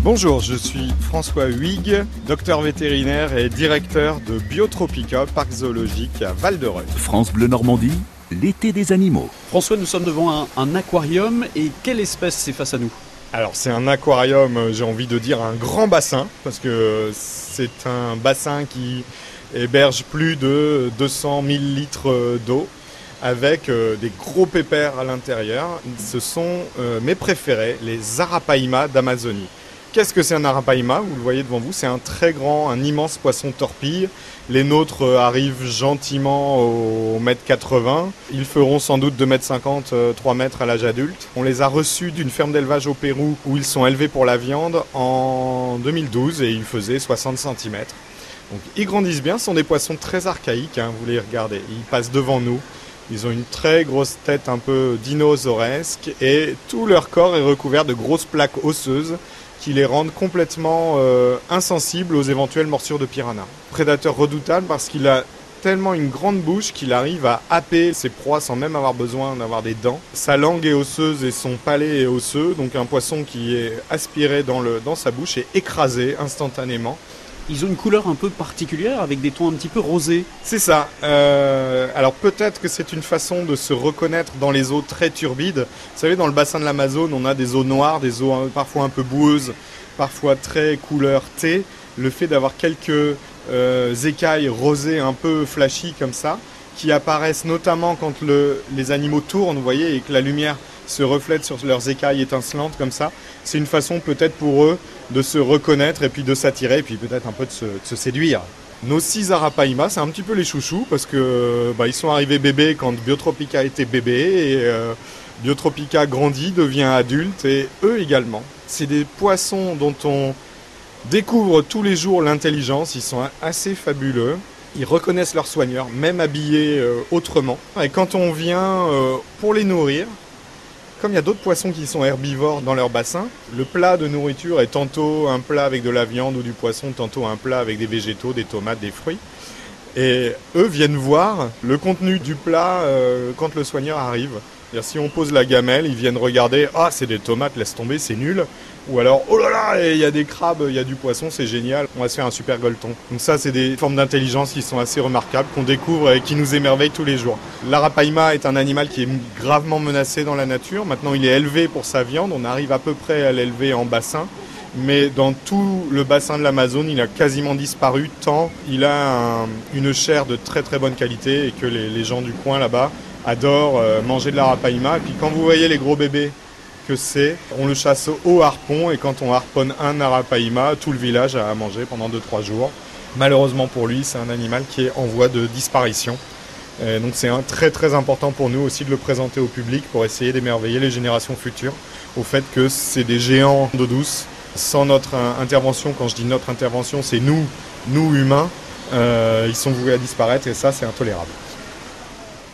Bonjour, je suis François Huyghe, docteur vétérinaire et directeur de Biotropica, parc zoologique à Val-de-Reuil. France Bleu Normandie, l'été des animaux. François, nous sommes devant un aquarium et quelle espèce c'est face à nous? Alors c'est un aquarium, j'ai envie de dire un grand bassin, parce que c'est un bassin qui héberge plus de 200 000 litres d'eau, avec des gros pépères à l'intérieur. Ce sont mes préférés, les Arapaima d'Amazonie. Qu'est-ce que c'est un Arapaima? Vous le voyez devant vous, c'est un très grand, un immense poisson torpille. Les nôtres arrivent gentiment au 1,80 m. Ils feront sans doute 2,50 m, 3 mètres à l'âge adulte. On les a reçus d'une ferme d'élevage au Pérou où ils sont élevés pour la viande en 2012 et ils faisaient 60 cm. Donc ils grandissent bien, ce sont des poissons très archaïques, vous les regardez, ils passent devant nous. Ils ont une très grosse tête un peu dinosauresque et tout leur corps est recouvert de grosses plaques osseuses qui les rendent complètement insensibles aux éventuelles morsures de piranha. Prédateur redoutable parce qu'il a tellement une grande bouche qu'il arrive à happer ses proies sans même avoir besoin d'avoir des dents. Sa langue est osseuse et son palais est osseux, donc un poisson qui est aspiré dans sa bouche est écrasé instantanément. Ils ont une couleur un peu particulière avec des tons un petit peu rosés. C'est ça. Alors peut-être que c'est une façon de se reconnaître dans les eaux très turbides. Vous savez, dans le bassin de l'Amazone, on a des eaux noires, des eaux parfois un peu boueuses, parfois très couleur thé. Le fait d'avoir quelques écailles rosées un peu flashy comme ça, qui apparaissent notamment quand les animaux tournent, vous voyez, et que la lumière se reflète sur leurs écailles étincelantes comme ça. C'est une façon peut-être pour eux de se reconnaître et puis de s'attirer et puis peut-être un peu de se séduire. Nos 6 Arapaima, c'est un petit peu les chouchous parce que ils sont arrivés bébés quand Biotropica était bébé et Biotropica grandit, devient adulte et eux également. C'est des poissons dont on découvre tous les jours l'intelligence, ils sont assez fabuleux. Ils reconnaissent leurs soigneurs, même habillés autrement. Et quand on vient pour les nourrir, comme il y a d'autres poissons qui sont herbivores dans leur bassin, le plat de nourriture est tantôt un plat avec de la viande ou du poisson, tantôt un plat avec des végétaux, des tomates, des fruits. Et eux viennent voir le contenu du plat quand le soigneur arrive. C'est-à-dire, si on pose la gamelle, ils viennent regarder, ah c'est des tomates, laisse tomber, c'est nul. Ou alors, oh là là, il y a des crabes, il y a du poisson, c'est génial, on va se faire un super gueuleton. Donc ça, c'est des formes d'intelligence qui sont assez remarquables, qu'on découvre et qui nous émerveillent tous les jours. L'Arapaima est un animal qui est gravement menacé dans la nature. Maintenant, il est élevé pour sa viande, on arrive à peu près à l'élever en bassin. Mais dans tout le bassin de l'Amazone, il a quasiment disparu tant il a une chair de très très bonne qualité et que les gens du coin là-bas adorent manger de l'Arapaima. Et puis quand vous voyez les gros bébés que c'est, on le chasse au harpon et quand on harponne un Arapaima, tout le village a à manger pendant 2-3 jours. Malheureusement pour lui, c'est un animal qui est en voie de disparition. Donc c'est très très important pour nous aussi de le présenter au public pour essayer d'émerveiller les générations futures au fait que c'est des géants d'eau douce. Sans notre intervention, quand je dis notre intervention, c'est nous humains, ils sont voués à disparaître et ça c'est intolérable.